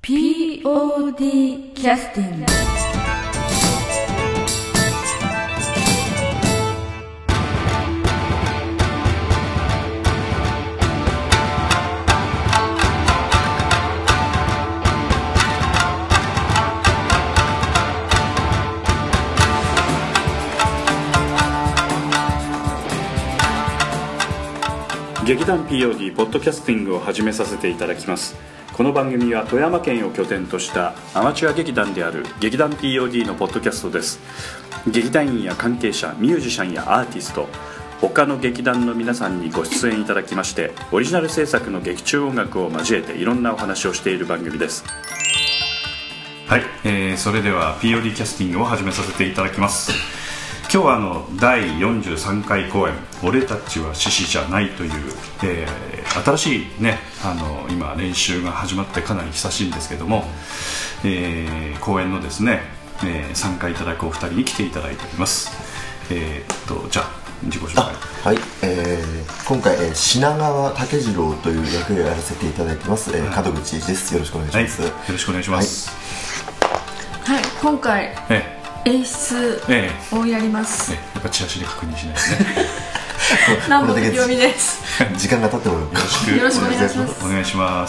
POD キャスティング。 劇団 POD ポッドキャスティングを始めさせていただきます。この番組は富山県を拠点としたアマチュア劇団である劇団 POD のポッドキャストです。劇団員や関係者、ミュージシャンやアーティスト、他の劇団の皆さんにご出演いただきまして、オリジナル制作の劇中音楽を交えていろんなお話をしている番組です。はい、それでは POD キャスティングを始めさせていただきます。今日は第43回公演「俺たちは獅子じゃない」という、新しいね、今練習が始まってかなり久しいんですけども、公演のですね、参加いただくお二人に来ていただいております。じゃあ自己紹介。 はい、今回、品川武次郎という役をやらせていただいてます、門口です。よろしくお願いします。 はい、よろしくお願いします。 はい、今回、演出をやります。 やっぱチラシで確認しないですね。 南北清美です。 時間が経ってもよろしくお願いします。 お願いします。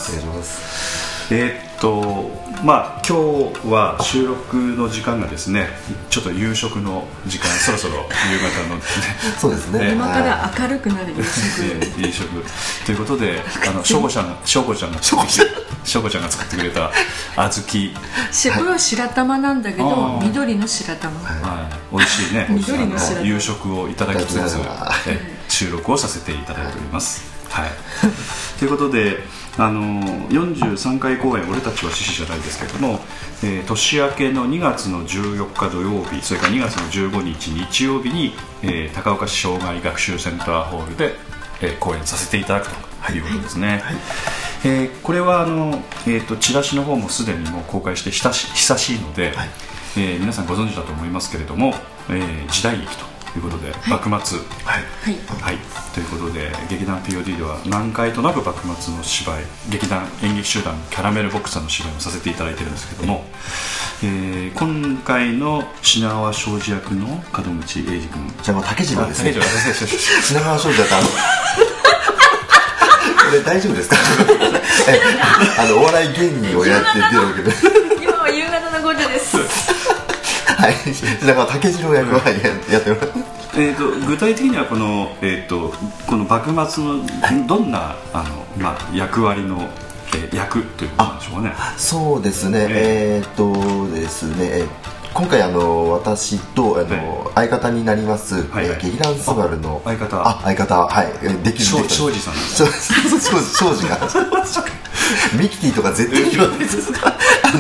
今日は収録の時間がですね、ちょっと夕食の時間、そろそろ夕方のですね。 そうですね。 今から明るくなる夕食。 夕食ということで、しょうこちゃんが作ってくれた小豆。 これは白玉なんだけど、緑の白玉。 美味しいね。 緑の白玉。 夕食をいただきつつ収録をさせていただいております。はい。ということで、43回公演「俺たちは獅子じゃない」ですけれども、年明けの2月の14日土曜日、それから2月の15日日曜日に、高岡市障害学習センターホールで、公演させていただくということですね。これはチラシの方もすでにもう公開して久しいので、皆さんご存知だと思いますけれども、時代劇ということで、幕末、ということで劇団 POD では何回となく幕末の芝居、劇団演劇集団キャラメルボックスさんの芝居をさせていただいているんですけども、今回の品川庄司役の門口英二君、 じゃあ竹次郎ですね。品川庄司だったこれ大丈夫ですか？お笑い芸人をやってるわけで今は夕方の5時です。 はい、品川竹次郎役をやっております。 具体的にはこの幕末のどんな役割の役ということなんでしょうかね。 そうですね。ですね。今回私と相方になります劇団スバルの相方できる庄司さん。 庄司がミキティとか絶対言わないですか？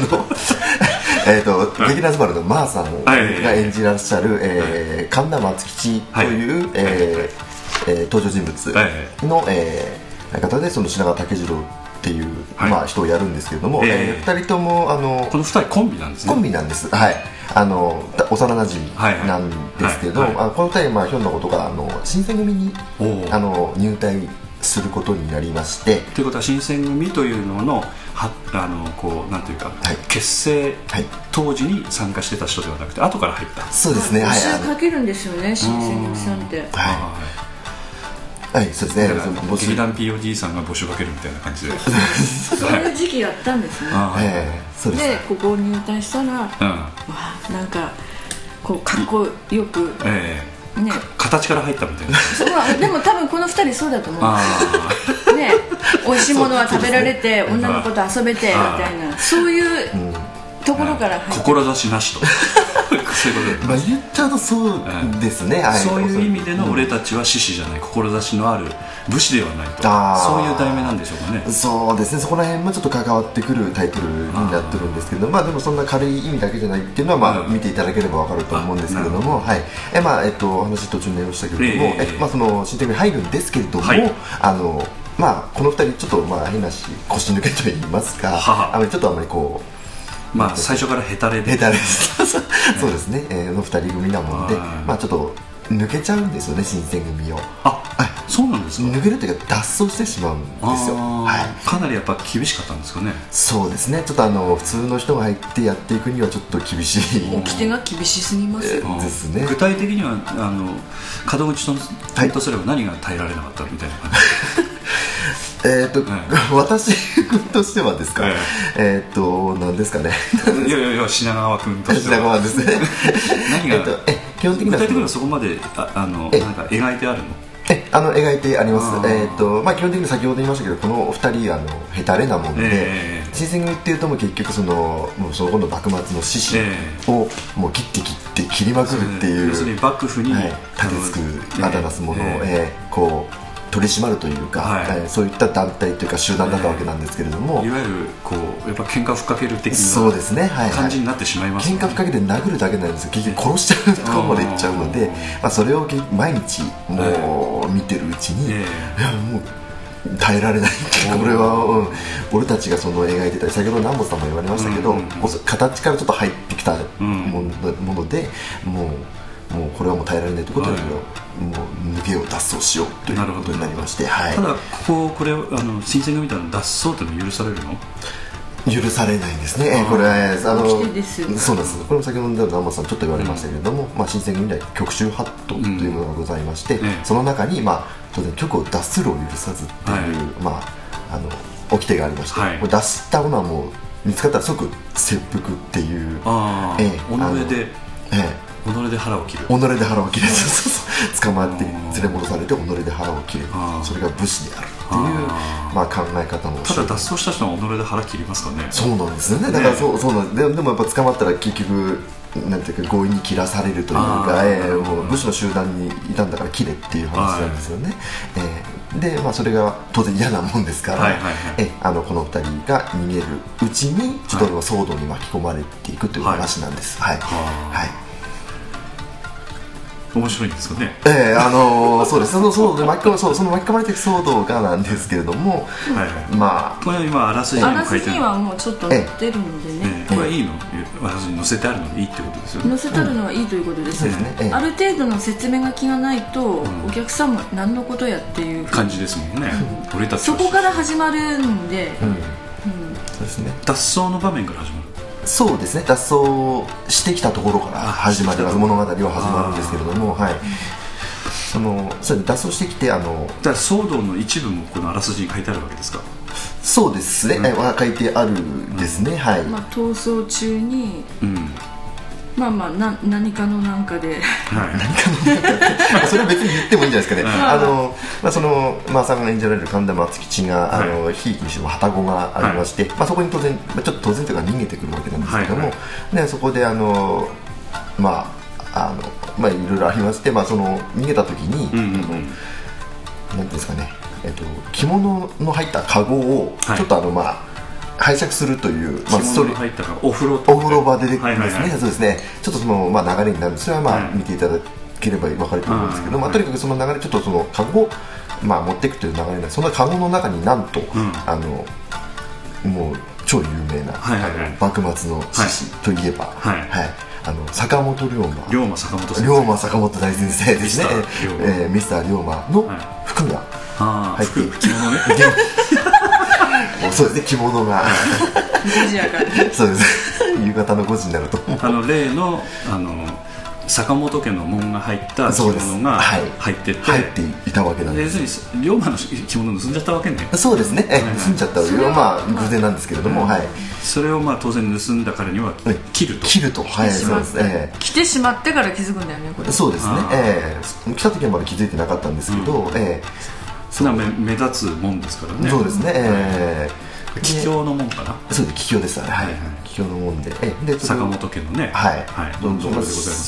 劇団スバルのマーさんが演じらっしゃる神田松吉という登場人物の相方で、その品川武次郎っていう人をやるんですけれども、2人ともこの2人コンビなんですね。 コンビなんです。はい、幼なじみなんですけど、この2人ひょんなことから新選組に入隊することになりまして。 ということは新選組というののなんていうか、結成当時に参加してた人ではなくて後から入った。 そうですね。 募集かけるんですよね、新選組さんって。 はい、そうですね。 劇団 POD さんが募集かけるみたいな感じでそういう時期やったんですね。でここ入隊したら、なんかこうかっこよく形から入ったみたいな。 でも多分この2人そうだと思う。ね、美味しいものは食べられて女の子と遊べてみたいな、そういうところから入って、 志なしとそういうことで、 言っちゃうとそうですね。 そういう意味での俺たちは獅子じゃない、志のある武士ではないと、そういう題名なんでしょうかね。 そうですね。そこら辺もちょっと関わってくるタイトルになってるんですけど、でもそんな軽い意味だけじゃないっていうのは見ていただければ分かると思うんですけれども、お話途中になりましたけれども、その新店に入るんですけれども、この2人ちょっと変なし腰抜けと言いますか、ちょっとあんまり最初からヘタレでそうですね。の2人組なもんで、ちょっと抜けちゃうんですよね、新選組を。 そうなんですか。 抜けるというか脱走してしまうんですよ。 かなりやっぱ厳しかったんですかね。 そうですね、ちょっと普通の人が入ってやっていくにはちょっと厳しい掟が厳しすぎますよですね。 具体的には門口とすれば何が耐えられなかったみたいな感じ私としてはですか、何ですかね。 いや品川君としては品川ですね。 何が基本的に具体的にはそこまでなんか描いてあるの？ 描いてあります。基本的に先ほど言いましたけど、このお二人ヘタレなもんで、新選組っていうともう結局もうその後の幕末の志士をもう切って切りまくるっていう、 要するに幕府に立てつくあだなすものをこう取り締まるというか、そういった団体というか集団だったわけなんですけれども、 いわゆるこうやっぱ喧嘩ふっかける的な感じになってしまいますね。 喧嘩ふっかけて殴るだけなんですよ。結局殺しちゃうところまでいっちゃうので、それを毎日もう見てるうちに、いやもう耐えられないっていうか、これは、俺たちが描いてたり、先ほど南本さんも言われましたけど、形からちょっと入ってきたもので、もうこれはもう耐えられないということで、もう抜けよう、脱走しようということになりまして、 ただこれ新選組みたいな脱走というのは許されるの？ 許されないんですね。これはそうなんです。 これも先ほどの南本さんちょっと言われましたけれども、新選組では局中法度というものがございまして、その中に当然局を脱するを許さずっていう掟がありまして、これ脱したものはもう見つかったら即切腹っていう、 己で腹を切る、 己で腹を切る捕まって連れ戻されて己で腹を切る、それが武士であるっていう考え方も。 ただ脱走した人は己で腹切りますかね。 そうなんですよね。だからそうなんでもやっぱ捕まったら結局なんていうか強引に切らされるというか、もう武士の集団にいたんだから切れっていう話なんですよね。でそれが当然嫌なもんですから、この2人が逃げるうちにちょっと騒動に巻き込まれていくという話なんです。 面白いんですかね。 そうです。その巻き込まれていく騒動がなんですけれども、 これは今あらすじにも書いてる。 はもうちょっと載ってるのでね。 これいいの？あらすじに載せてあるのでいいってことですよね。 載せてあるのはいいということですね。ある程度の説明書きがないとお客さんも何のことやっていう感じですもんね。俺たちそこから始まるんで。 そうですね。 脱走の場面から始まる。 そうですね、脱走してきたところから始まります。物語は始まるんですけれども、それで脱走してきて騒動の一部もこのあらすじに書いてあるわけですか。 そうですね、書いてあるんですね。 逃走中に何かのなんかでそれは別に言ってもいいんじゃないですかね。さんが演じられる神田松吉がひいきにしても旅籠がありまして、そこに当然ちょっと当然というか逃げてくるわけなんですけども、そこでいろいろありまして、逃げた時に何ていうんですかね、着物の入ったカゴをちょっと拝借するという、 ストーリー入ったお風呂場で出てくるんですね。そうですね。ちょっと流れになる。それは見ていただければ分かると思うんですけど、とにかくその流れ、ちょっとそのカゴを持っていくという流れなんで、そのカゴの中になんともう超有名な幕末の志士といえば坂本龍馬坂本大先生ですね。ミスター龍馬の服が入っている着物ね。そうですね、着物が 5時やからね。 そうです。夕方の5時になると例の坂本家の門が入った着物が入っていたわけなんです。 要するに龍馬の着物を盗んじゃったわけね。 そうですね、盗んじゃったわけは偶然なんですけれども、 それを当然盗んだからには切ると、 来てしまってから気づくんだよね、これ。 そうですね。来た時はまだ気づいてなかったんですけど、 それは目立つもんですからね。 そうですね。 桔梗の門かな。 そうです、桔梗です。桔梗の門で、 坂本家のね。 どんどんでございます。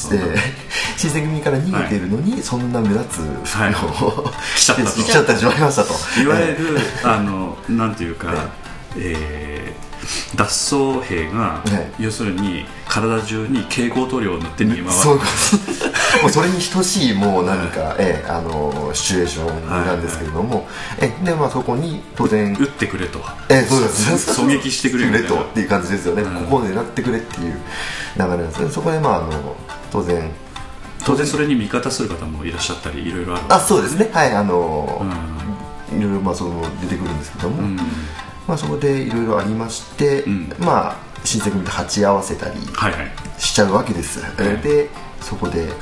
新選組から逃げているのにそんな目立つ服を着ちゃってしまいましたと。 いわゆるなんていうか。脱走兵が要するに体中に蛍光塗料を塗って逃げ回る。 もうそれに等しいもう何かシチュエーションなんですけれども、そこに当然撃ってくれと、 そうです狙撃してくれとっていう感じですよね。ここで狙ってくれっていう流れなんですね。そこで当然当然それに味方する方もいらっしゃったりいろいろある。 そうですね、はい、いろいろ出てくるんですけども、そこでいろいろありまして、新選組と鉢合わせたりしちゃうわけです、でそこで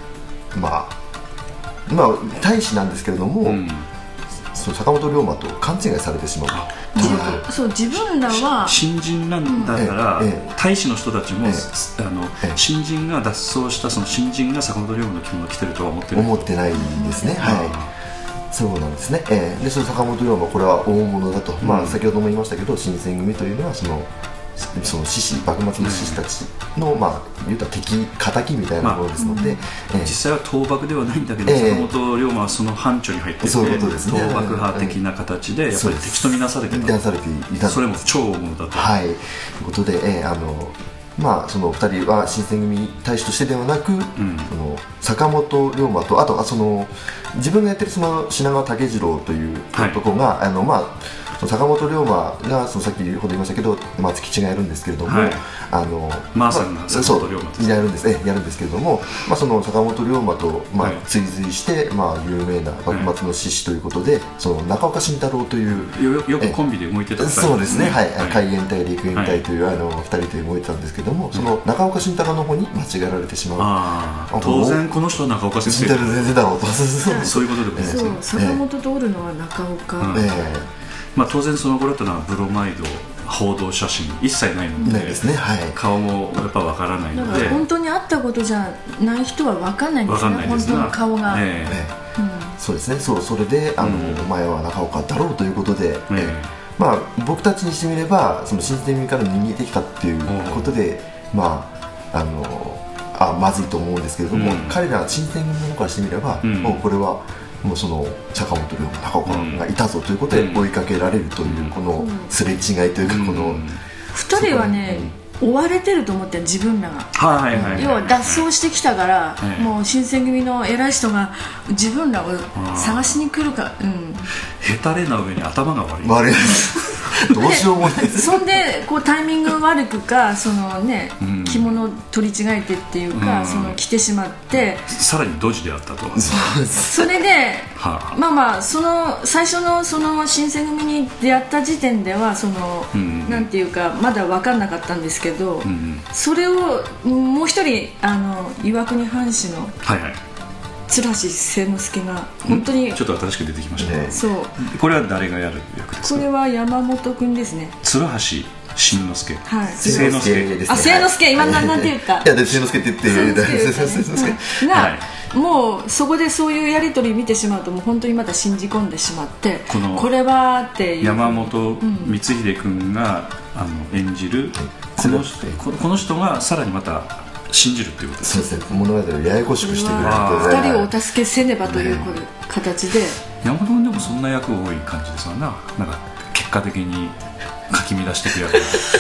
大使なんですけれども、その坂本龍馬と勘違いされてしまう。 そう、自分らは新人なんだから、大使の人たちも、新人が脱走したその新人が坂本龍馬の着物を着てるとは思ってないですね。はい、そうなんですね。でその坂本龍馬、これは大物だと、先ほども言いましたけど、新選組というのはその志士、幕末の志士たちの言うたら敵みたいなものですので、 実際は倒幕ではないんだけど、坂本龍馬はその範疇に入っていて、倒幕派的な形でやっぱり敵とみなされていた、それも超大物だと。はい、ということで、その2人は新選組大使としてではなく、その坂本龍馬と、あとその自分がやってるその品川武次郎という男が、坂本龍馬がさっきほど言いましたけど松吉がやるんですけれども、 マーさんが坂本龍馬やるんですけれども、その坂本龍馬と追随して、有名な幕末の志士ということで、その中岡慎太郎というよくコンビで動いてた、 そうですね、海援隊陸援隊という2人で動いてたんですけども、その中岡慎太郎の方に間違えられてしまう。当然この人は中岡先生だろうと、 そういうことでございます。 坂本とおるのは中岡。 当然その頃というのはブロマイド、報道写真一切ないので、顔もやっぱ分からないので、 本当に会ったことじゃない人は分かんないんですね、本当の顔が。 そうですね、それでお前は中岡だろうということで、僕たちにしてみればその新選組から逃げてきたっていうことで、まずいと思うんですけれども、彼ら新選組の方からしてみれば、もうこれはもうその坂本龍馬、中岡がいたぞということで追いかけられるという、このすれ違いというか、この 2人はね、追われてると思って自分らが、要は脱走してきたから、もう新選組の偉い人が自分らを探しに来るか、 へたれな上に頭が悪いどうしようもないそんでタイミング悪くか、そのね、着物を取り違えてっていうか、その着てしまってさらにドジであったと。 それでその最初のその新選組に出会った時点ではそのなんていうかまだ分かんなかったんですけど、それをもう一人岩国藩士の鶴橋清之助が本当にちょっと新しく出てきましたね。 そう、 これは誰がやる役ですか？ これは山本君ですね。 鶴橋新之助、 清之助ですね。 清之助、今なんて言った？ いや、清之助って言ってがもうそこでそういうやり取り見てしまうと、もう本当にまた信じ込んでしまって、これはっていう、 山本光秀君が演じるこの人がさらにまた信じるっていうことです。 そうですね、物語をややこしくしてくれる。 2人をお助けせねばという形で、 山本君でもそんな役多い感じですよね。なんか結果的にかき乱していく役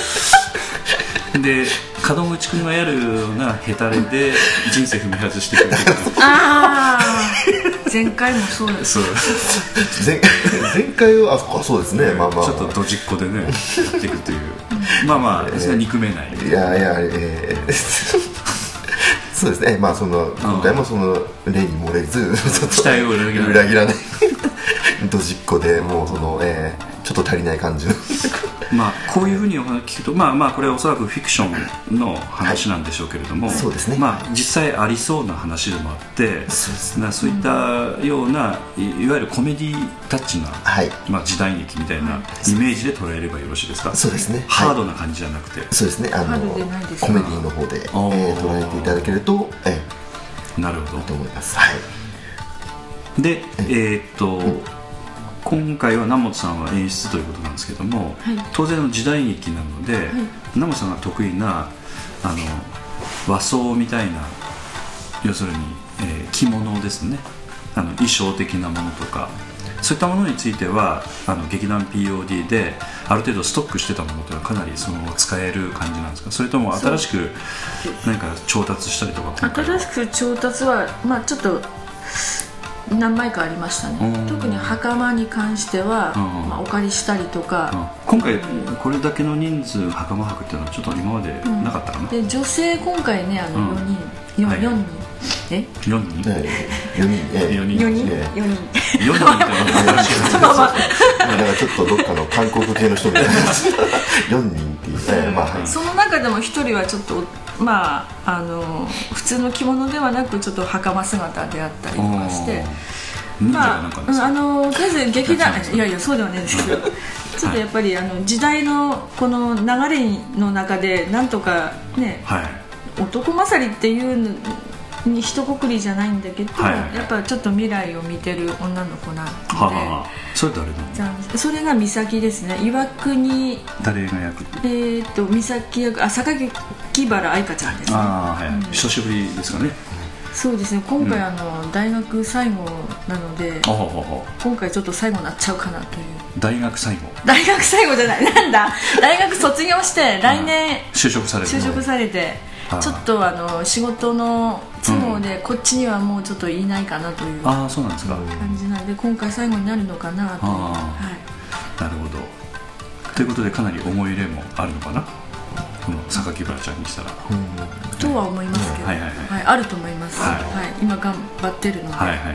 で、門口君がやるようなヘタレで人生踏み外してくれる前回もそうです。 前回はそうですね、 ちょっとドジっ子でねやっていくという憎めない。 そうですね、その今回もその例に漏れず期待を裏切らないドジっ子で、もうそのちょっと足りない感じのこういうふうにお話聞くと、これはおそらくフィクションの話なんでしょうけれども、 そうですね、 実際ありそうな話でもあって、そういったようないわゆるコメディタッチな、時代劇みたいなイメージで捉えればよろしいですか？そうですね、ハードな感じじゃなくて、 そうですね、コメディの方で捉えていただけるとなるほどと思います。 で、今回は南本さんは演出ということなんですけども、当然の時代劇なので、南本さんが得意な和装みたいな、要するに、着物ですね、衣装的なものとか、そういったものについては劇団 POD である程度ストックしてたものというのはかなり使える感じなんですか？それとも新しく何か調達したりとか？ 新しく調達はちょっと何枚かありましたね。特に袴に関しては、お借りしたりとか、 今回これだけの人数袴履くっていうのはちょっと今までなかったかな。 で女性今回ね4人 4人 4人だからちょっとどっかの韓国系の人みたいな4人っていう、 その中でも1人はちょっと普通の着物ではなくちょっと袴姿であったりとかして、とりあえず劇団いやそうではないですけどちょっとやっぱり時代のこの流れの中でなんとかね、男勝りっていうに一括りじゃないんだけど、やっぱちょっと未来を見てる女の子なので、 それ誰なの？それが美咲ですね。岩国誰が役？ 美咲役榊原愛香ちゃんですね。 久しぶりですかね。 そうですね。今回大学最後なので、今回ちょっと最後になっちゃうかなという。 大学最後？ 大学最後じゃない。なんだ。大学卒業して来年就職されて、 ちょっと仕事の都合でこっちにはもうちょっといないかなという感じなので、今回最後になるのかなという。 なるほど。ということでかなり思い入れもあるのかな。この榊原ちゃんにしたら。 とは思いますけど、あると思います。今頑張ってるの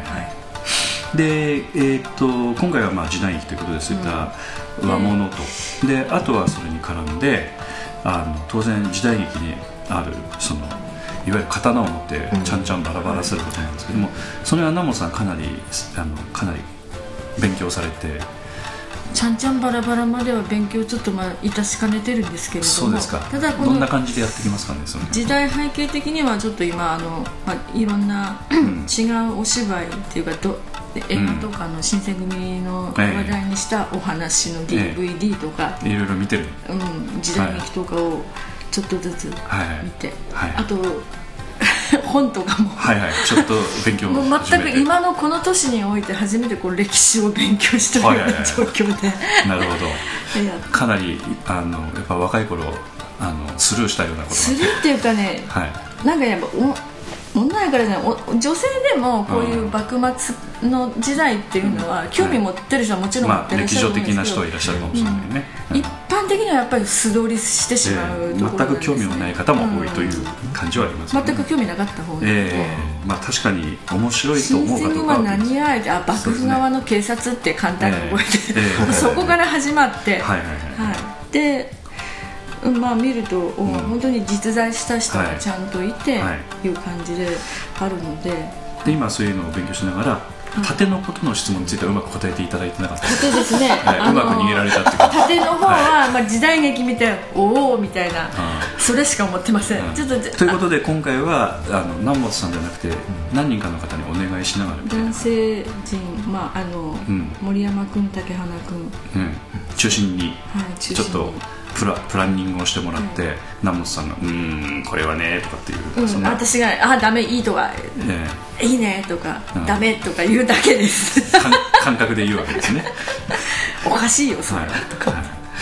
で。で、今回は時代劇ということでそういった和物と、であとはそれに絡んで当然時代劇にあるそのいわゆる刀を持ってちゃんちゃんバラバラすることなんですけども、それは南本さんかなり勉強されて。 ちゃんちゃんバラバラまでは勉強ちょっと致しかねてるんですけれども、 そうですか。ただどんな感じでやってきますかね。その時代背景的にはちょっと今いろんな違うお芝居っていうか映画とかの新選組の話題にしたお話の DVD とか、 いろいろ見てる、 時代劇とかをちょっとずつ見て、あと本とかもちょっと勉強もう全く今のこの年において初めて歴史を勉強しているような状況でなるほど。かなりやっぱ若い頃スルーしたようなことスルーっていうかね、なんかやっぱ女やからじゃない、女性でもこういう幕末の時代っていうのは興味持ってる人はもちろん持ってらっしゃるんですけど、 歴史的な人はいらっしゃるかもしれないね。 一般的にはやっぱり素通りしてしまうところなんですね。 全く興味のない方も多いという感じはありますね。 全く興味なかった方が確かに面白いと思うかどうか新選組は何や幕府側の警察って簡単に覚えて、そこから始まってで見ると本当に実在した人がちゃんといていう感じであるので、 今そういうのを勉強しながら盾のことの質問についてはうまく答えていただいてなかったです。 盾ですね。 うまく逃げられたっていうか。 盾の方は時代劇見ておおみたいな、それしか思ってません。ということで今回は南本さんじゃなくて何人かの方にお願いしながらみたいな。 男性陣森山君、竹花君中心にちょっとプランニングをしてもらって、南本さんがこれはねとかっていう、 私がダメいいとか、いいねとか、ダメとか言うだけです感覚で言うわけですねおかしいよそれはとか。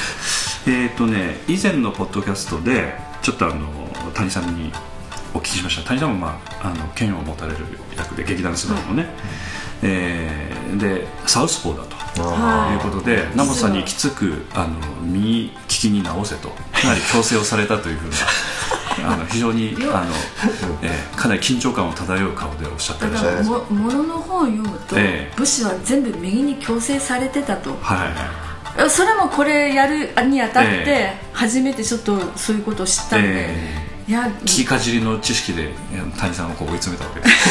以前のポッドキャストでちょっと谷さんにお聞きしました。谷さんも剣を持たれる役で劇団スバルのね、でサウスポーだということで、南本さんにきつく右利きに直せとかなり強制をされたというふうな非常にかなり緊張感を漂う顔でおっしゃってらっしゃる。 ものの本を読むと、武士は全部右に強制されてたと、それもこれやるにあたって初めてちょっとそういうことを知ったんで、 聞きかじりの知識で谷さんを追い詰めたわけです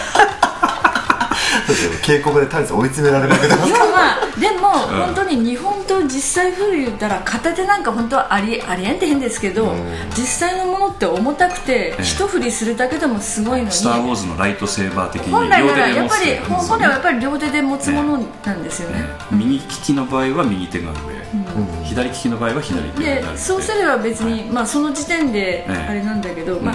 稽古場で谷さん追い詰められるわけだからでも本当に日本と実際古い言ったら片手なんか本当はありえんって変ですけど、実際のものって重たくて一振りするだけでもすごいのに、 スター・ウォーズのライトセーバー的に本来ならやっぱり本来はやっぱり両手で持つものなんですよね。 右利きの場合は右手が上、左利きの場合は左手が上で、 そうすれば別にその時点であれなんだけど、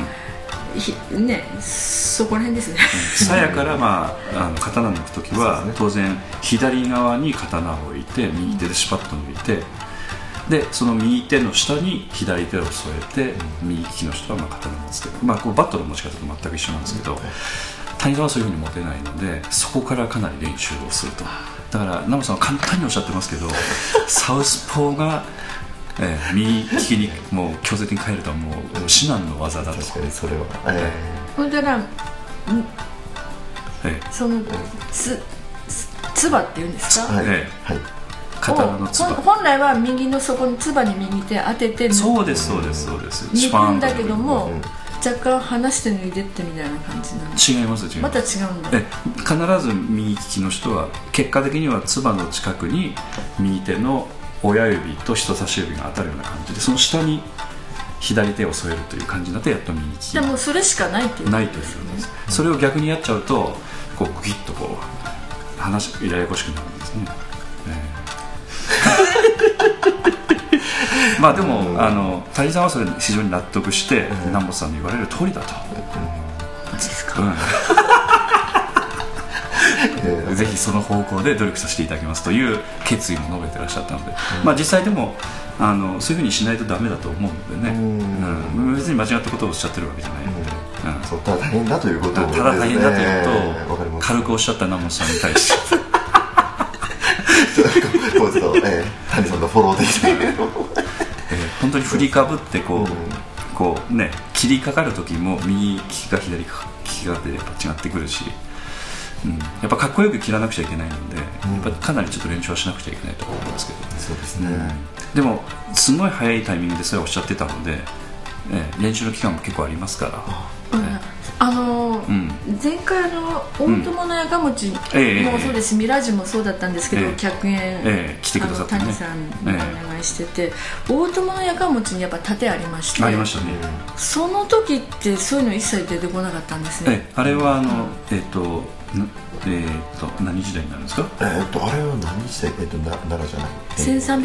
そこら辺ですね鞘から刀抜くときは当然左側に刀を置いて右手でシュパッと抜いて、でその右手の下に左手を添えて右利きの人は刀を持つという、こうバットの持ち方と全く一緒なんですけど、谷川はそういうふうに持てないのでそこからかなり練習をすると。だから南本さんは簡単におっしゃってますけどサウスポーが右利きにもう強制的に変えるとはもう至難の技だと。 確かにそれは、 だからそのつばっていうんですか、 はい、 刀のつば、 本来は右の底につばに右手当ててそうですそうですそうです、 抜くんだけども、若干離して脱いでってみたいな感じなんです。 違います違います。 また違うんだ。 必ず右利きの人は結果的にはつばの近くに右手の親指と人差し指が当たるような感じで、その下に左手を添えるという感じになってやっと右利き。 でもそれしかないっていうことですよね。 それを逆にやっちゃうとこうグギッとこうややこしくなるんですね。まあでも谷さんはそれ非常に納得して南本さんの言われる通りだと。 マジですか。 ぜひその方向で努力させていただきますという決意も述べてらっしゃったので、まあ実際でもそういうふうにしないとダメだと思うのでね、別に間違ったことをおっしゃってるわけじゃないので、 そうただ大変だということを、 ただ大変だということを軽くおっしゃった南本さんに対してこうちょっと谷さんのフォローできて本当に振りかぶってこうね、切りかかる時も右利きか左利きかでやっぱ違ってくるし、やっぱかっこよく切らなくちゃいけないので、やっぱかなりちょっと練習はしなくちゃいけないと思いますけど、 そうですね、 でもすごい早いタイミングでそれをおっしゃってたので、練習の期間も結構ありますから、 前回大友のやかもちもそうですし、ミラージュもそうだったんですけど、100円来てくださってね、 谷さんにお願いしてて、大友のやかもちにやっぱ盾ありまして、 ありましたね。 その時ってそういうの一切出てこなかったんですね。 あれは何時代になるんですか。 あれは何時代、奈良じゃない、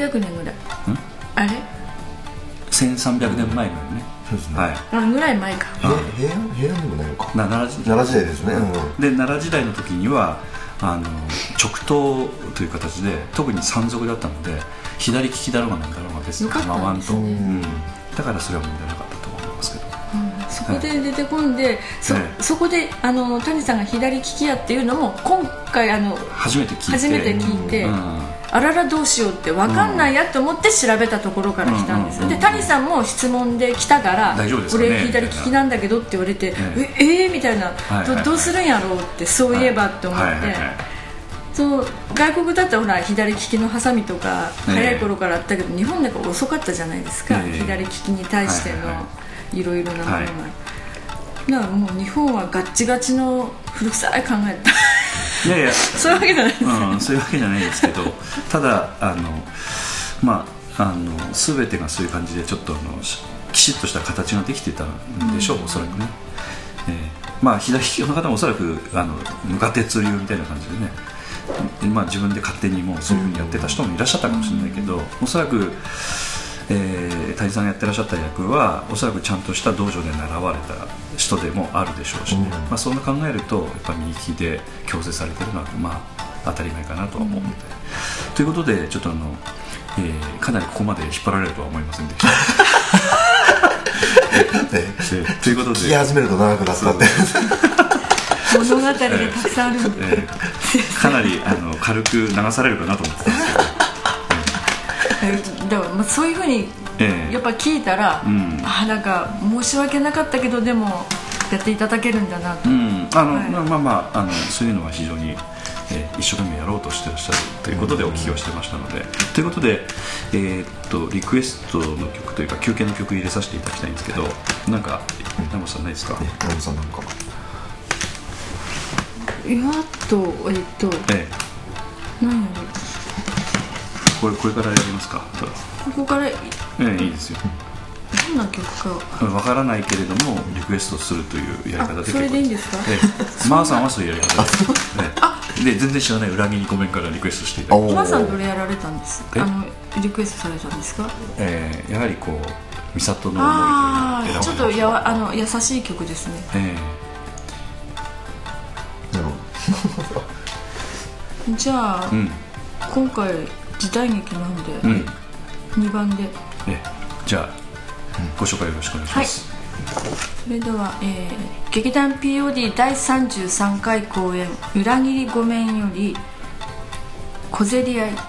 1300年ぐらい、あれ 1300年前ぐらいね。 そうですね、 ぐらい前か。 平安でもないのか。 奈良時代ですね。で奈良時代の時には直刀という形で特に山賊だったので、左利きだろうがなんだろうが別に構わんと、だからそれは問題なかったと思いますけど、 そこで出てこんで、そこで谷さんが左利きやっていうのも今回初めて聞いて、 あららどうしようって分かんないやと思って調べたところから来たんです。で谷さんも質問で来たから「俺左利きなんだけど」って言われて「みたいな「どうするんやろう」ってそういえばって思って。そう外国だったらほら左利きのハサミとか早い頃からあったけど、日本なんか遅かったじゃないですか、左利きに対してのいろいろなものが。だからもう日本はガッチガチの古臭い考えた。いやいやそういうわけじゃないです、 そういうわけじゃないですけど、ただ全てがそういう感じでちょっときちっとした形ができてたんでしょう、おそらくね。左利きの方もおそらく無家鉄流みたいな感じでね、自分で勝手にもうそういうふうにやってた人もいらっしゃったかもしれないけど、おそらく谷さんがやってらっしゃった役はおそらくちゃんとした道場で習われた人でもあるでしょうしね、そんな考えるとやっぱ右利きで強制されてるのは当たり前かなとは思うので、ということでちょっとかなりここまで引っ張られるとは思いませんでしたということで聞き始めると長くなったんで物語がたくさんあるんで、 かなり軽く流されるかなと思ってたんですけどでもそういうふうにやっぱ聞いたら、なんか申し訳なかったけどでもやっていただけるんだなと、そういうのは非常に、一生懸命やろうとしてらっしゃるということでお聞きをしてましたので、ということで、リクエストの曲というか休憩の曲入れさせていただきたいんですけど、なんか南本さんないですか。 南本さんなんか何やろこれからやりますか。 ここからいいですよ。 どんな曲かわからないけれどもリクエストするというやり方で結構。 それでいいんですか。 マーさんはそういうやり方で全然知らない裏切りごめんからリクエストしていただきマーさんどれやられたんですか。リクエストされたんですか。やはりこう美里の思いというのをちょっと優しい曲ですね。じゃあ、今回時代劇なんで、2番でじゃあ、ご紹介よろしくお願いします。 それでは、劇団 POD 第33回公演「裏切りごめん」より「小競り合い」。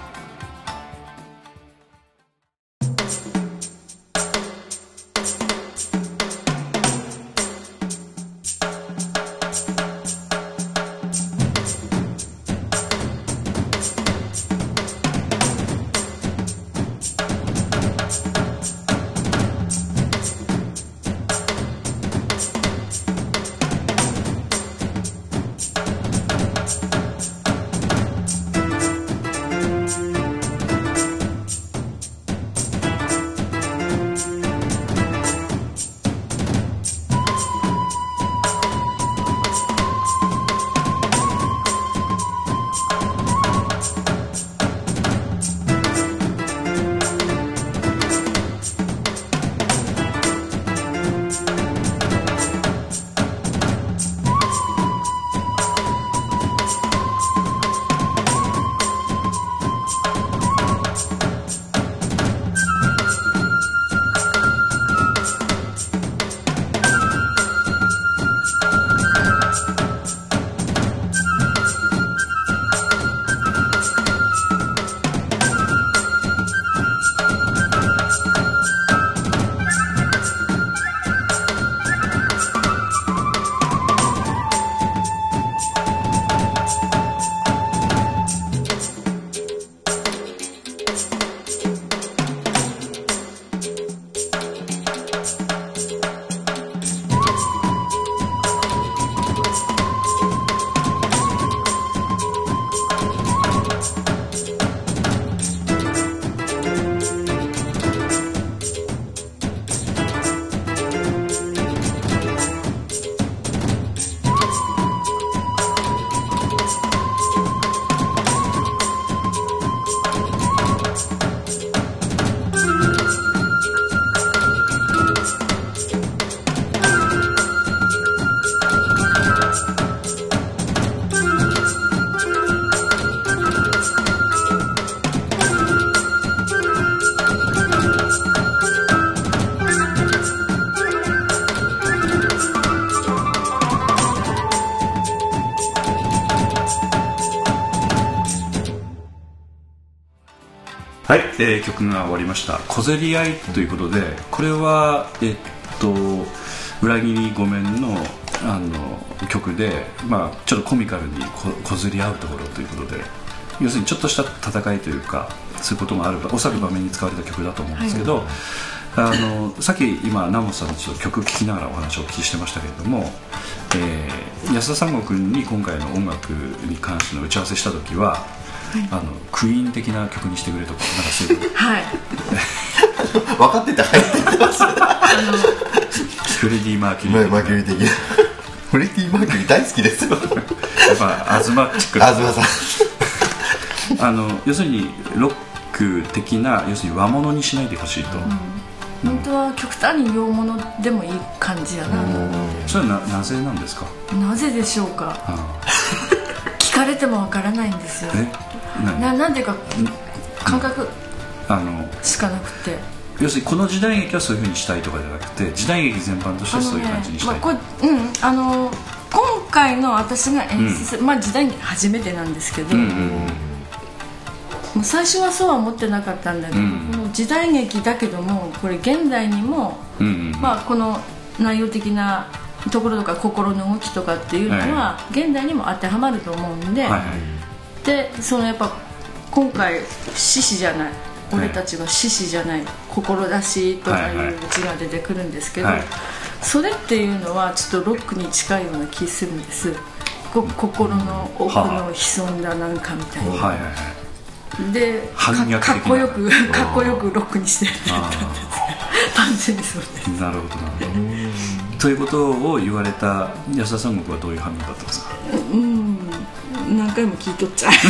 はい、曲が終わりました。小競り合いということで、これは裏切りごめんの曲で、ちょっとコミカルに小競り合うところということで、要するにちょっとした戦いというか、そういうことがあるおそらく場面に使われた曲だと思うんですけど、さっき今南本さんのちょっと曲聴きながらお話をお聞きしてましたけれども、安田三郷君に今回の音楽に関しての打ち合わせした時は、クイーン的な曲にしてくれとか、なんかそういうはい分かってて入ってますフレディ・マーキュリーマーキュリー的なフレディ・マーキュリー大好きですよやっぱアズマチックな東さん要するにロック的な、要するに和物にしないでほしいと、 本当は極端に洋物でもいい感じやなと思って。 それは なぜなんですか？ なぜでしょうか。聞かれてもわからないんですよ。なんていうか感覚しかなくて、 要するにこの時代劇はそういう風にしたいとかじゃなくて、時代劇全般としてそういう感じにしたい。 今回の私が演出する、時代劇初めてなんですけど、もう最初はそうは思ってなかったんだけど、この時代劇だけどもこれ現代にも、この内容的なところとか心の動きとかっていうのは、現代にも当てはまると思うんで、でやっぱ今回獅子じゃない、俺たちは獅子じゃない、志とかいう字が出てくるんですけど、それっていうのはちょっとロックに近いような気するんです。心の奥の潜んだなんかみたいな、でかっこよくロックにしてやったんです単純にそうです。 なるほどということを言われた安田三郷はどういう反応だったんですか？ 何回も聞いとっちゃう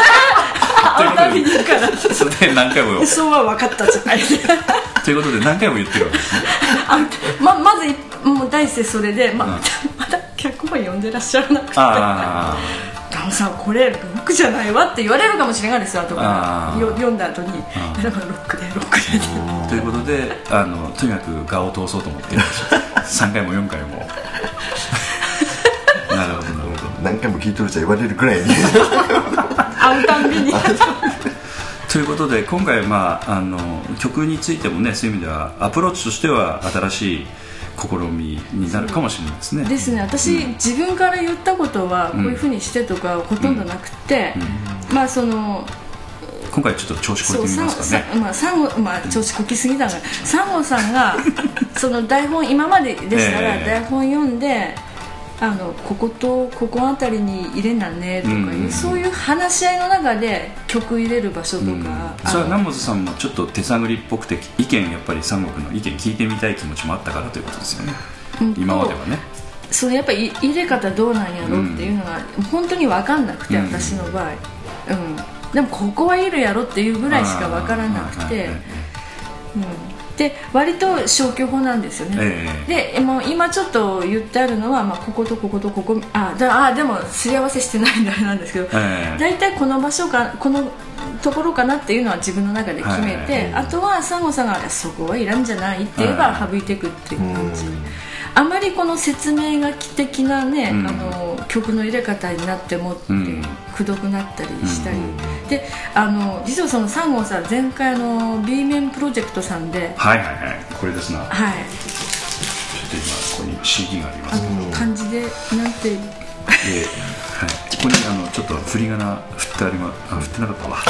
それで何回もそうは分かったじゃないということで何回も言ってるわけですね。 まずもう第一声それで、まだ脚本読んでらっしゃらなくて、ダンさんこれロックじゃないわって言われるかもしれないですよ、後から読んだ後にだからロックでということでとにかく画を通そうと思っているんですよ3回も4回もなるほど何回も聞いとるじゃ言われるぐらいに会うたんびにということで今回曲についてもね、そういう意味ではアプローチとしては新しい試みになるかもしれないですね。 ですね。私、自分から言ったことはこういうふうにしてとかほとんどなくて、今回ちょっと調子こいてみますかね。 調子こきすぎだから三郷さんがその台本今まででしたら台本読んでこことここあたりに入れなねとかいう、そういう話し合いの中で曲入れる場所とか、 それは南本さんもちょっと手探りっぽくてやっぱり三郷君の意見聞いてみたい気持ちもあったからということですよね、今まではね。 そのやっぱり入れ方どうなんやろっていうのが本当に分かんなくて、私の場合、でもここはいるやろっていうぐらいしか分からなくて、で割と消去法なんですよね、でもう今ちょっと言ってあるのは、こことこことここでもすり合わせしてないんであれなんですけど、大体この場所かこのところかなっていうのは自分の中で決めて、あとは三郷さんがそこはいらんじゃないって言えば省いていくっていう感じ。あまりこの説明書き的なね、曲の入れ方になってもってくどくなったりしたり、で実はその三郷さん前回B 面プロジェクトさんでこれですな、ちょっと今ここに CD がありますけど、 漢字でなんてここにちょっと振り仮名振ってあります。振ってなかったわ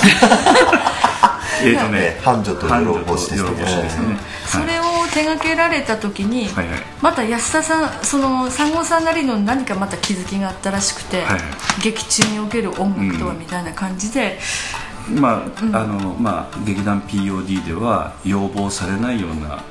繁盛と夜通しですね。 それを手掛けられた時に、また安田さん、その三郷さんなりの何かまた気づきがあったらしくて、劇中における音楽とはみたいな感じで、 劇団 POD では要望されないような、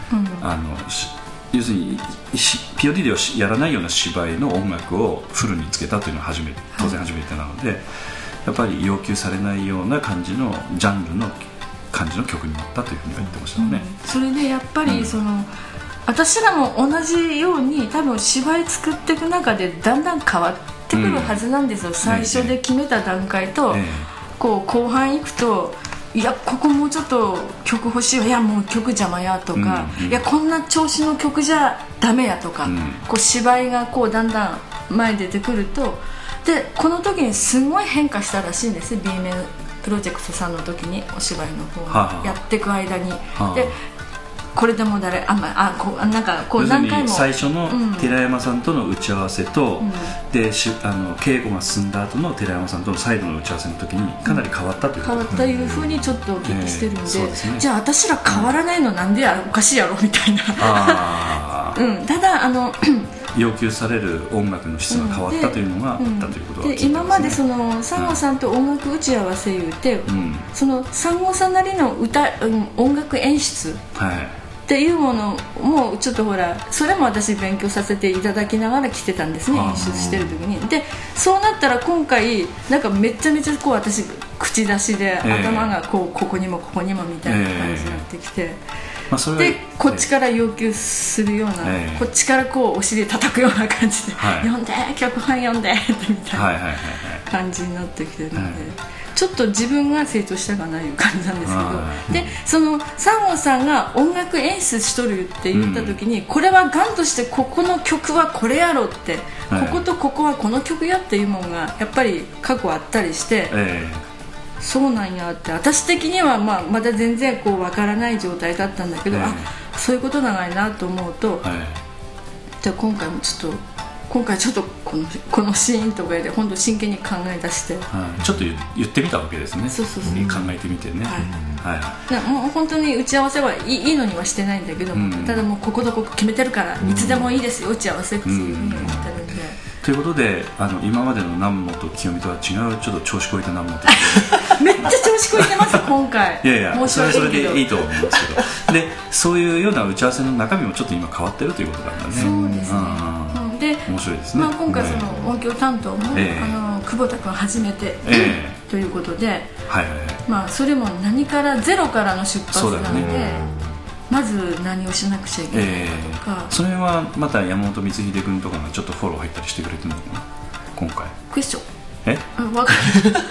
要するに POD ではやらないような芝居の音楽をフルにつけたというのは当然初めてなので、やっぱり要求されないような感じのジャンルの感じの曲になったというふうに言ってましたね、 それでやっぱり私らも同じように多分芝居作っていく中でだんだん変わってくるはずなんですよ、最初で決めた段階と、こう後半いくと、いやここもうちょっと曲欲しいわ、いやもう曲邪魔やとか、いやこんな調子の曲じゃダメやとか、こう芝居がこうだんだん前に出てくると、でこの時にすごい変化したらしいんです、 B 面プロジェクトさんの時にお芝居の方をやっていく間に、でこれでも誰なんかこう何回も最初の寺山さんとの打ち合わせと、で稽古が進んだ後の寺山さんとの最後の打ち合わせの時にかなり変わったという変わったいうふうにちょっとお聞きしてるんで、じゃあ私ら変わらないのなんでやろ、おかしいやろみたいなただ要求される音楽の質が変わったというのがあったということは、 今までそのサンゴさんと音楽打ち合わせ言うて、そのサンゴさんなりの音楽演出っていうものもちょっとほら、それも私勉強させていただきながら来てたんですね、演出してる時に。でそうなったら今回なんかめちゃめちゃこう私口出しで頭がここにもここにもみたいな感じになってきて、でこっちから要求するような、こっちからこうお尻叩くような感じで、読んで脚本読んでみたいな感じになってきてるので、ちょっと自分が成長したかないう感じなんですけど、でそのサンゴさんが音楽演出しとるって言った時に、これはガンとしてここの曲はこれやろって、こことここはこの曲やっていうものがやっぱり過去あったりして、そうなんやって、私的にはまだ全然こう分からない状態だったんだけど、そういうこと長いなと思うと、じゃあ今回ちょっとこのシーンとかで本当真剣に考え出して、 ちょっと言ってみたわけですね。考えてみてね。 もう本当に打ち合わせはいいのにはしてないんだけども、ただもうこことここ決めてるからいつでもいいですよ打ち合わせっていうふうに言ってるんで。 ということで今までの南本清美とは違うちょっと調子こいた南本めっちゃ調子こいてます今回。 いやそれでいいと思うんですけど、でそういうような打ち合わせの中身もちょっと今変わってるということなんだね。 そうですね。で面白いですね。 今回その音響担当も久保田君初めてということで、それもゼロからの出発なので、まず何をしなくちゃいけないとか、 それはまた山本光秀君とかがちょっとフォロー入ったりしてくれてるのかな今回。 クエスチョン分かる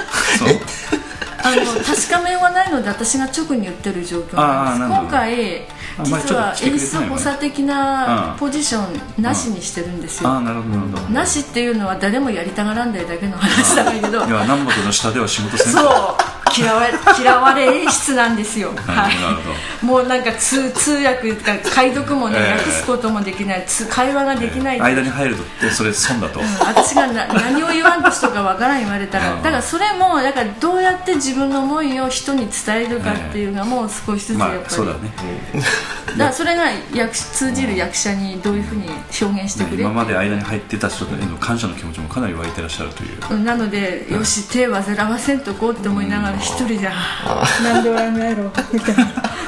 確かめはないので私が直に言ってる状況なんです。今回実は演出補佐的なポジションなしにしてるんですよ。なしっていうのは誰もやりたがらんでだけの話だけど、 南本の下では仕事せんそう嫌われ演出なんですよ。もうなんか通訳とか解読もね、訳すこともできない、会話ができない、 間に入るとそれ損だと、 私が何を言わんとしとかわからん言われたら、だからそれもだからどうやって自分の思いを人に伝えるかっていうのも少しずつやっぱり、 そうだね。 だからそれが通じる役者にどういうふうに表現してくれる、 今まで間に入ってた人への感謝の気持ちもかなり湧いてらっしゃるという。 なのでよし手煩わせんとこうって思いながら一人でなんで笑うんやろみたい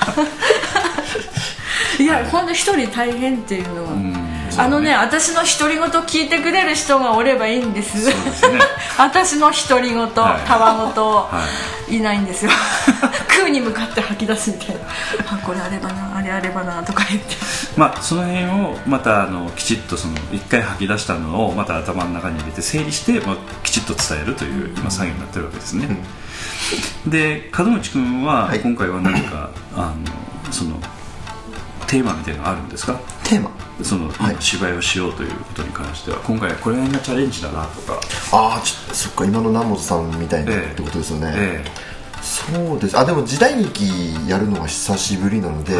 ないや本当一人大変っていうのは、私の独り言聞いてくれる人がおればいいんです。私の独り言たわごといないんですよ空に向かって吐き出すみたいなこれあればなあれあればなとか言って、 その辺をまたきちっと一回吐き出したのをまた頭の中に入れて整理して、きちっと伝えるという今作業になってるわけですね。で門口君は今回は何か、そのテーマみたいなのあるんですか？ テーマ芝居をしようということに関しては今回はこれがチャレンジだなとか。 そっか、今の南本さんみたいなってことですよね。そうです。でも時代劇やるのが久しぶりなので、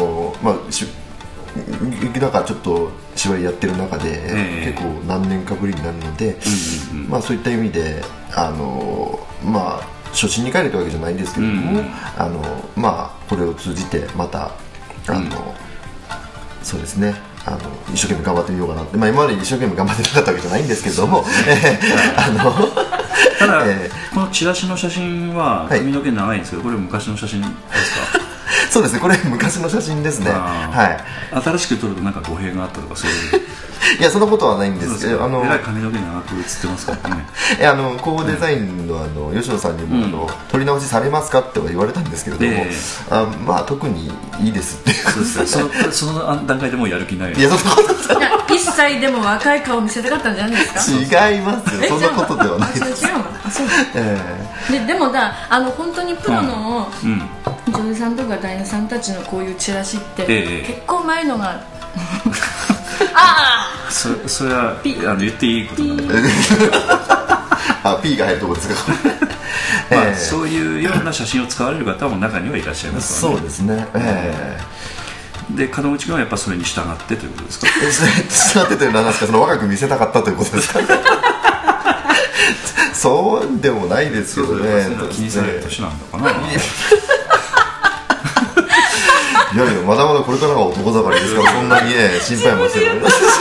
なんかちょっと芝居やってる中で、結構何年かぶりになるので、そういった意味で初心に帰るというわけじゃないんですけれども、これを通じてまたそうですね、一生懸命頑張ってみようかなって、今まで一生懸命頑張ってなかったわけじゃないんですけれどもただ、このチラシの写真は髪の毛長いんですけど、これ昔の写真ですか？ そうですね、これ昔の写真ですね。 新しく撮るとなんか語弊があったとかそういういや、そんなことはないんですけど、 えらい髪の毛長く写ってますからね。 広報デザインの吉野さんにも撮り直しされますかって言われたんですけれども、特にいいですって。 その段階でもうやる気ない。 いや、そんなことない。一歳でも若い顔見せたかったんじゃないですか？違いますよ、そんなことではないです。 でも本当にプロの女優さんとか男優さんたちのこういうチラシって結構前のがそれは言っていいことなんだ。 P が入るところですか？ そういうような写真を使われる方も中にはいらっしゃいますよね。そうですね。 で門口君はやっぱそれに従ってということですか？ 従ってというのは何ですか、その若く見せたかったということですか？そうでもないですけどね。 気にされる年なんだかな。 いやいや、まだまだこれからが男盛りですから、そんなにね心配もしてない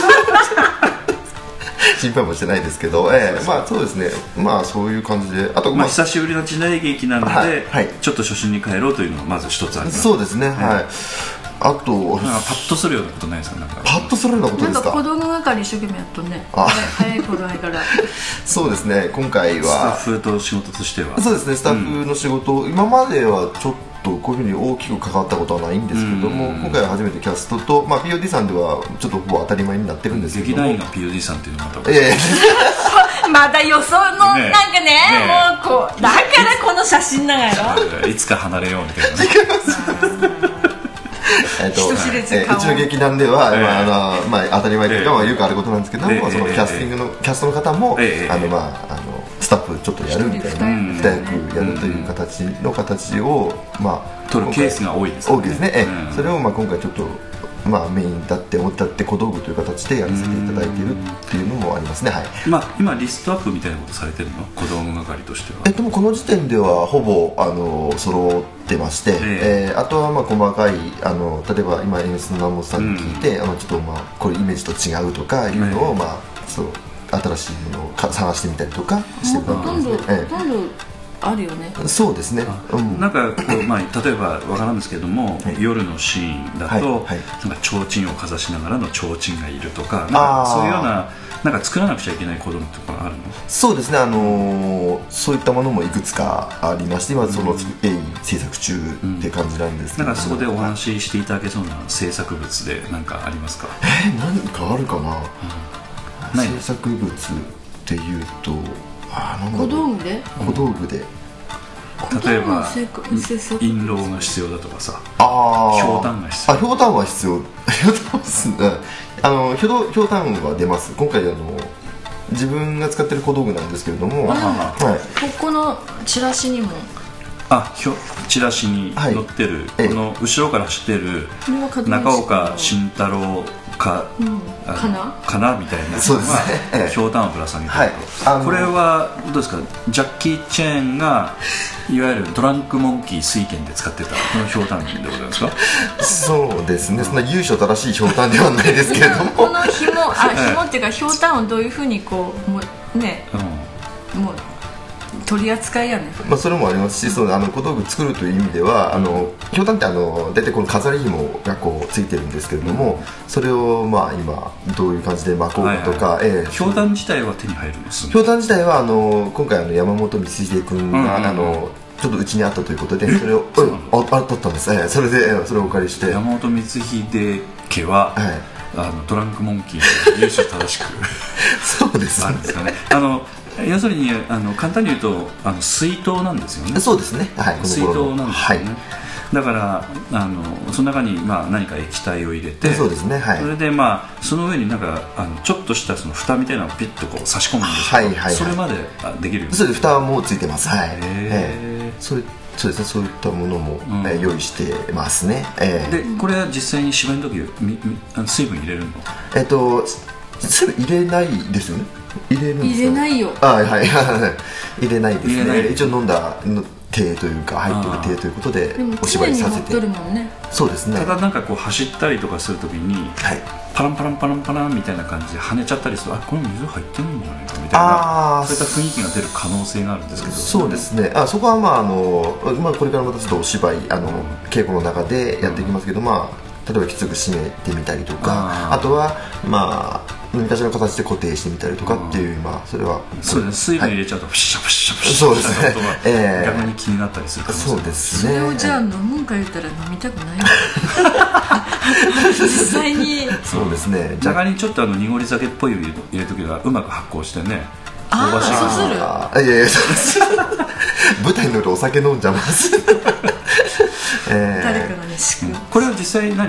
心配もしてないですけど、まあそうですね、まあそういう感じで、あとまあ久しぶりの時代劇なので、ちょっと初心に帰ろうというのがまず一つあります。 そうですね。はい。あとパッとするようなことないですか？ パッとするようなことですか？ なんか子供係一生懸命やっとね、早い頃からそうですね、今回はスタッフと仕事としてはそうですね、スタッフの仕事、今まではちょっとこういうふうに大きく関わったことはないんですけども、今回は初めてキャストと、まあ、POD さんではちょっとほぼ当たり前になってるんですけども、 劇団員が POD さんっていうのがまたまだ予想のなんかね、もうこうだからこの写真長いのいつか離れようみたいなね。 うちの劇団では、まあ、当たり前というか、よくあることなんですけども、そのキャストの方も、スタッフちょっとやるみたいな、2役やるという形を、 取るケースが多いですね。 多いですね。それを今回ちょっとメインだって思って小道具という形でやらせていただいているっていうのもありますね。はい。 今リストアップみたいなことされてるの？小道具係としては。 もこの時点ではほぼ揃ってまして、あとは細かい例えば今演出の南本さんに聞いて、ちょっとこれイメージと違うとかいうのをちょっと新しいものを探してみたりとかしてる感じですね。 ほとんどあるよね。 そうですね。 なんかこう、例えば分からんですけども、夜のシーンだと、なんか提灯をかざしながらの提灯がいるとか、そういうようななんか作らなくちゃいけない子供とかあるの？ そうですね。そういったものもいくつかありまして、今その制作中って感じなんですけど、 なんかそこでお話ししていただけそうな制作物で何かありますか？ 何かあるかな。制作物っていうと。 小道具で例えば印籠が必要だとかさ、ひょうたんが必要。 ひょうたんは必要。ひょうたんは出ます。今回自分が使ってる小道具なんですけれども、 ここのチラシにもチラシに載ってる、この後ろから走ってる中岡慎太郎かなみたいなのがひょうたんをぶら下げてると、これはどうですか？ジャッキー・チェーンがいわゆるトランクモンキー水拳で使ってたこのひょうたんでございますか？そうですね、そんな由緒正しいひょうたんではないですけれども、 この紐っていうかひょうたんをどういうふうにこうね、もう取り扱いやね。 それもありますし、小道具作るという意味ではひょうたんって大体この飾り紐がこうついてるんですけれども、それを今どういう感じで巻こうかとか、 ひょうたん自体は手に入るんです。 ひょうたん自体は今回山本光秀君がちょっとうちにあったということで、それを取ったんです。それでそれをお借りして、 山本光秀家はトランクモンキーの由緒正しくそうですね。 あるんですかね。要するに簡単に言うと水筒なんですよね。 そうですね。 水筒なんですよね。だからその中に何か液体を入れて、 そうですね。 それでその上になんかちょっとしたその蓋みたいなのをピッとこう差し込むんですけど、それまでできるように。 そうです。蓋もついてます。そうですね。そういったものも用意してますね。 でこれは実際に芝居の時水分入れるの？ 水分入れないですよね。入れないよ。入れないですね。一応飲んだ手というか入ってる手ということでお芝居させて。そうですね。 ただなんかこう走ったりとかするときにパランパランパランパランみたいな感じで跳ねちゃったりすると、この水入ってるんじゃないかみたいな、そういった雰囲気が出る可能性があるんですけど。 そうですね。そこはこれからまたちょっとお芝居稽古の中でやっていきますけど、例えばきつく締めてみたりとか、あとは何かしらの形で固定してみたりとかっていう、それはそうですね。水分入れちゃうとプシャプシャプシャみたいなことが逆に気になったりするかもしれない。 そうですね。 それをじゃあ飲むんか言ったら飲みたくない実際に。 そうですね。 中にちょっと濁り酒っぽい入れるときはうまく発酵してね。 そうする。 いや舞台に乗るお酒飲んじゃます誰かがね敷く。 これは実際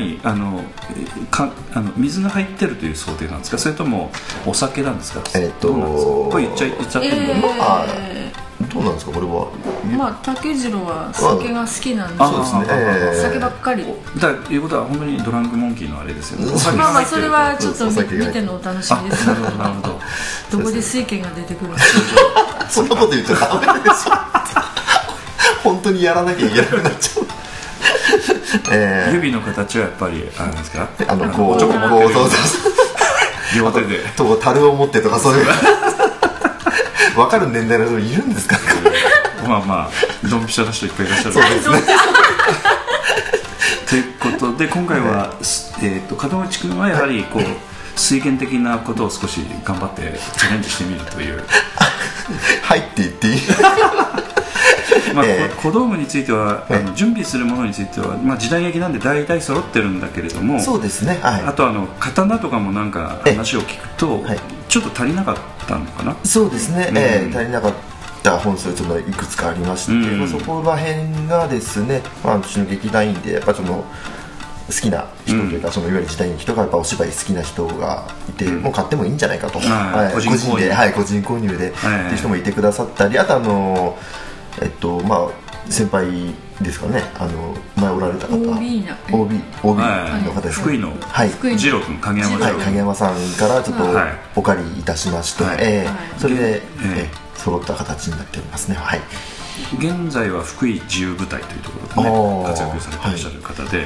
水が入ってるという想定なんですか？それともお酒なんですか？これ言っちゃってるの？ どうなんですかこれは。 まあ竹次郎は酒が好きなんで、 そうですね、 酒ばっかりだからいうことは本当にドランクモンキーのあれですよね。 まあまあそれはちょっと見てのお楽しみですなるほどなるほど。 どこで水拳が出てくるのそんなこと言っちゃダメですよ本当にやらなきゃいけなくなっちゃう指の形はやっぱりあれですか、 こうチョコ持ってる両手で樽を持ってとかそういう分かる年代の人いるんですかねまあまあドンピシャな人いっぱいいらっしゃるそうですねということで今回は、門口君はやはりこう水拳的なことを少し頑張ってチャレンジしてみるというはいって言っていいまあ小道具については準備するものについては、まあ、時代劇なんで大体揃ってるんだけれども、 そうですね、はい、 あと刀とかもなんか話を聞くと、はい、ちょっと足りなかったのかな。 そうですね、足りなかった本数ちょっといくつかありまして、まあ、そこら辺がですね、まあ、うちの劇団員でやっぱその好きな人というか、そのいわゆる時代の人がやっぱお芝居好きな人がいて、もう買ってもいいんじゃないかと、個人購入でっていう人もいてくださったり、あとまあ先輩ですかね、前おられた方 OB の方です、 福井の次郎君、影山さんからちょっとお借りいたしまして、それで揃った形になっておりますね。はい、 現在は福井自由舞台というところで、ね、活躍されていらっしゃる方で、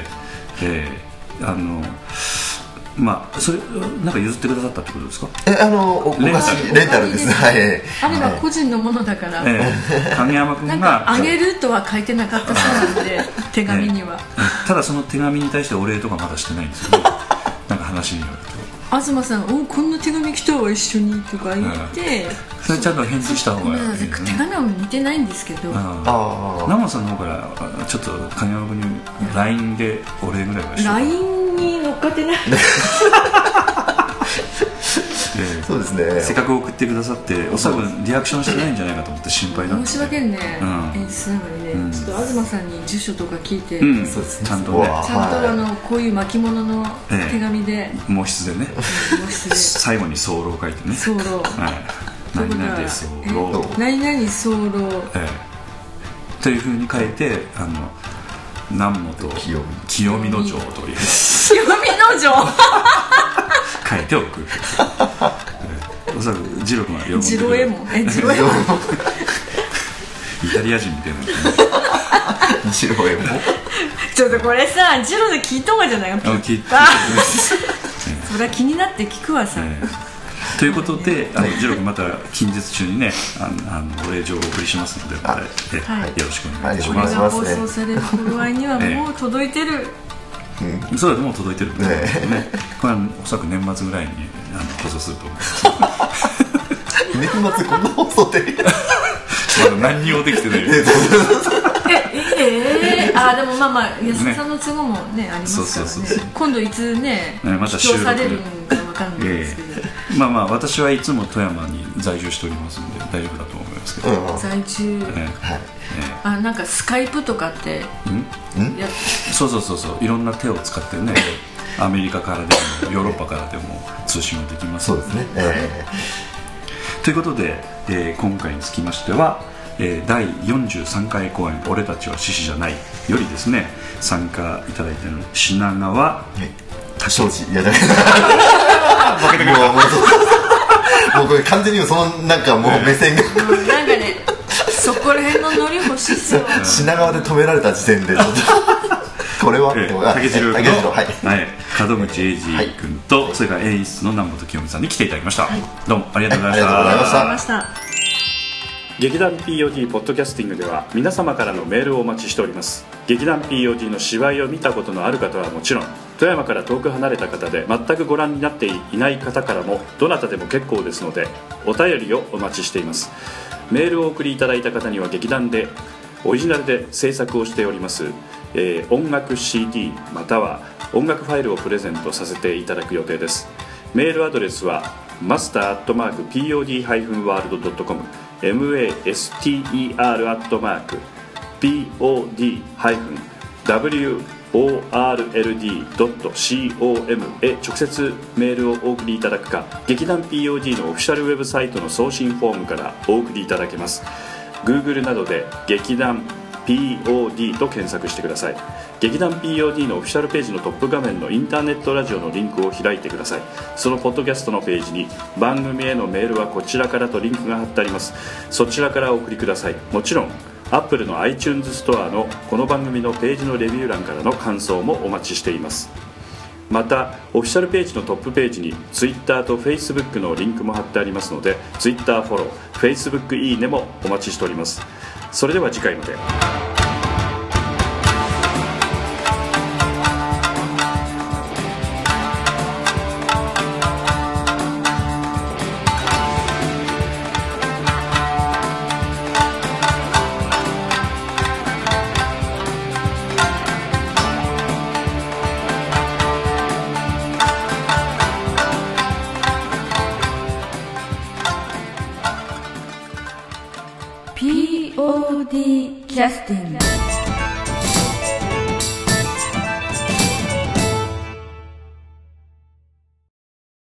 まあそれなんか譲ってくださったってことですか。 レンタルですね。はい、 あれは個人のものだから、 影山君があげるとは書いてなかったそうなんで手紙には、 ただその手紙に対してお礼とかまだしてないんですよねなんか話によると東さん、こんな手紙来たわ一緒にとか言って、 それちゃんと返事した方がいい、 手紙は見てないんですけど、 生野さんの方からちょっと影山君に LINE でお礼ぐらいはして LINE に乗っかってないそうですね、 せっかく送ってくださっておそらくリアクションしてないんじゃないかと思って心配なんで、 申し訳ね、演出なのにね、ちょっと東さんに住所とか聞いて、 ちゃんとね、 こういう巻物の手紙で、 毛筆でね、最後に早漏書いてね、 早漏、 何々で早漏、 何々早漏というふうに書いて、南本清美之丞という清美之丞書いておくおそらく次郎君は喜んでくれる。 次郎エモイタリア人みたいな次郎エモちょっとこれさ、次郎で聞いた方がじゃないか、 聞いてそれは気になって聞くわさ、 ということで、次郎君また近日中にね、お礼状をお送りしますので、よろしくお願いします。 これが放送される頃合いにはもう届いてる。 そうだ、もう届いてるんですね。これはおそらく年末ぐらいに放送すると思います年末こんな放送でまだ何にもできてないでもまあまあ安田さんの都合もねありますからね。今度いつねまた収録されるのか分かんないですけど、 まあまあ私はいつも富山に在住しておりますので大丈夫だと思いますけど、 在住、なんかスカイプとかってそういろんな手を使ってねアメリカからでもヨーロッパからでも通信ができます。 そうですね、 ということで、今回につきましては、第43回公演「俺たちは獅子じゃない」よりですね参加いただいている品川庄司、いやだもうこれ完全にそのなんかもう目線がなんかね、そこら辺のノリ欲しそう品川で止められた時点でちょっとこれは竹次郎君の門口英二君と、それから演出の南本清美さんに来ていただきました。どうもありがとうございました。劇団 POD ポッドキャスティングでは皆様からのメールをお待ちしております。劇団 POD の芝居を見たことのある方はもちろん、富山から遠く離れた方で全くご覧になっていない方からもどなたでも結構ですので、お便りをお待ちしています。メールをお送りいただいた方には劇団でオリジナルで制作をしております、音楽 CD または音楽ファイルをプレゼントさせていただく予定です。メールアドレスはmaster@pod-world.com master@pod-world.com へ直接メールをお送りいただくか、劇団 POD のオフィシャルウェブサイトの送信フォームからお送りいただけます。 Google などで劇団 POD と検索してください。劇団 POD のオフィシャルページのトップ画面のインターネットラジオのリンクを開いてください。そのポッドキャストのページに番組へのメールはこちらからとリンクが貼ってあります。そちらからお送りください。もちろん Apple の iTunes ストアのこの番組のページのレビュー欄からの感想もお待ちしています。またオフィシャルページのトップページに Twitter と Facebook のリンクも貼ってありますので Twitter フォロー、Facebook いいねもお待ちしております。それでは次回まで。 POD キャスティング